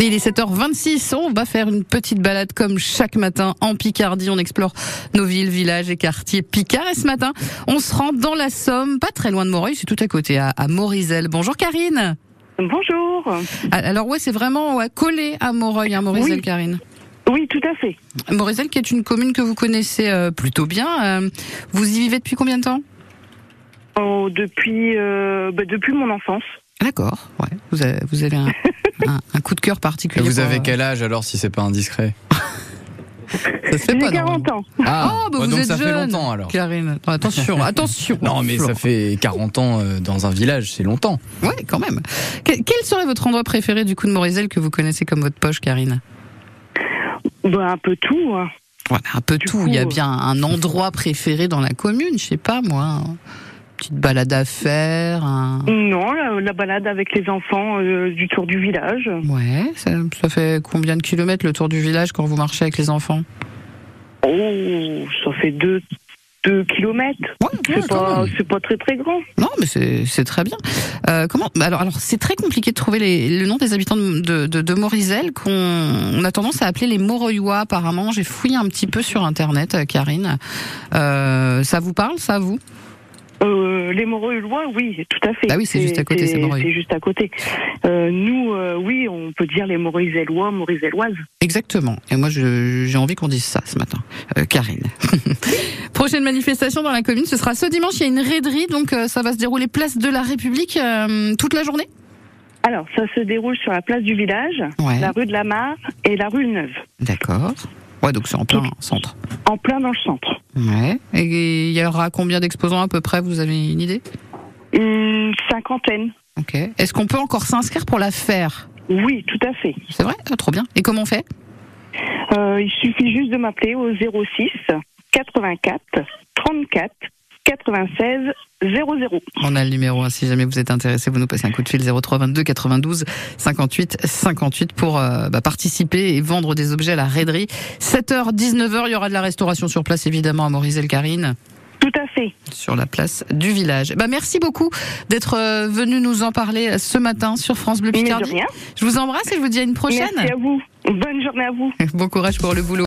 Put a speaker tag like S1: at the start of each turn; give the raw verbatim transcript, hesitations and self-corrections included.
S1: Et il est sept heures vingt-six, on va faire une petite balade comme chaque matin en Picardie. On explore nos villes, villages et quartiers picards. Et ce matin, on se rend dans la Somme, pas très loin de Moreuil, c'est tout à côté, à, à Morizel. Bonjour Karine.
S2: Bonjour.
S1: Alors ouais, c'est vraiment ouais, collé à Moreuil, hein, Morizel, oui. Karine.
S2: Oui, tout à fait.
S1: Morizel qui est une commune que vous connaissez euh, plutôt bien. Euh, vous y vivez depuis combien de temps ?
S2: Oh, depuis, euh, bah, depuis mon enfance.
S1: D'accord, ouais. Vous avez, vous avez un, un, un coup de cœur particulier.
S3: Et vous
S1: pour,
S3: avez
S1: euh...
S3: quel âge alors, si c'est pas indiscret?
S1: Ça se fait pas,
S2: J'ai quarante ans.
S1: Ah, oh, bah
S3: ouais,
S1: vous
S3: donc
S1: êtes
S3: ça
S1: jeune,
S3: fait longtemps alors.
S1: Karine, attention, attention.
S3: Non, mais
S1: Florent.
S3: ça fait quarante ans euh, dans un village, c'est longtemps.
S1: Ouais, quand même. Quel, quel serait votre endroit préféré du coup de Morizel que vous connaissez comme votre poche, Karine?
S2: Bah, un peu tout. Hein.
S1: Ouais, un peu
S2: Du
S1: tout.
S2: coup,
S1: Il y a
S2: euh...
S1: bien un endroit préféré dans la commune, je sais pas moi. Petite balade à faire. Un...
S2: Non, la, la balade avec les enfants euh, du tour du village.
S1: Ouais, ça, ça fait combien de kilomètres le tour du village quand vous marchez avec les enfants?
S2: Oh, ça fait deux, deux kilomètres.
S1: Ouais,
S2: c'est
S1: ouais,
S2: pas, c'est pas très très grand.
S1: Non, mais c'est, c'est très bien. Euh, comment Alors, alors, c'est très compliqué de trouver les, le nom des habitants de, de, de, de Morizel qu'on on a tendance à appeler les Moreuillois. Apparemment, j'ai fouillé un petit peu sur Internet, Karine. Euh, ça vous parle, ça, vous?
S2: Euh, les Moreuillois, oui, tout à fait.
S1: Bah oui, c'est, c'est juste à côté, c'est, c'est Moreuil.
S2: C'est juste à côté. Euh, nous, euh, oui, on peut dire les Morizellois, Morizelloises.
S1: Exactement. Et moi, je, j'ai envie qu'on dise ça ce matin, euh, Karine. Prochaine manifestation dans la commune, ce sera ce dimanche. Il y a une raiderie, donc euh, ça va se dérouler place de la République euh, toute la journée. Alors,
S2: ça se déroule sur la place du village,
S1: ouais.
S2: la rue de la Mare et la rue Neuve.
S1: D'accord. Ouais, donc c'est en plein
S2: donc,
S1: centre.
S2: En plein dans le centre.
S1: Ouais. Et il y aura combien d'exposants à peu près, vous avez une idée?
S2: Une cinquantaine.
S1: Ok. Est-ce qu'on peut encore s'inscrire pour la faire?
S2: Oui, tout à fait.
S1: C'est vrai? Ah, trop bien. Et comment on fait?
S2: euh, Il suffit juste de m'appeler au zéro six quatre-vingt-quatre trente-quatre quatre-vingt-seize zéro zéro.
S1: On a le numéro, hein, si jamais vous êtes intéressé, vous nous passez un coup de fil zéro trois vingt-deux quatre-vingt-douze cinquante-huit cinquante-huit pour euh, bah, participer et vendre des objets à la raiderie. sept heures dix-neuf heures, il y aura de la restauration sur place évidemment à Morizel, Karine.
S2: Tout à fait.
S1: Sur la place du village. Bah, merci beaucoup d'être euh, venu nous en parler ce matin sur France Bleu Picardie.
S2: Mais de rien.
S1: Je vous embrasse et je vous dis à une prochaine.
S2: Merci à vous. Bonne journée à vous.
S1: Bon courage pour le boulot.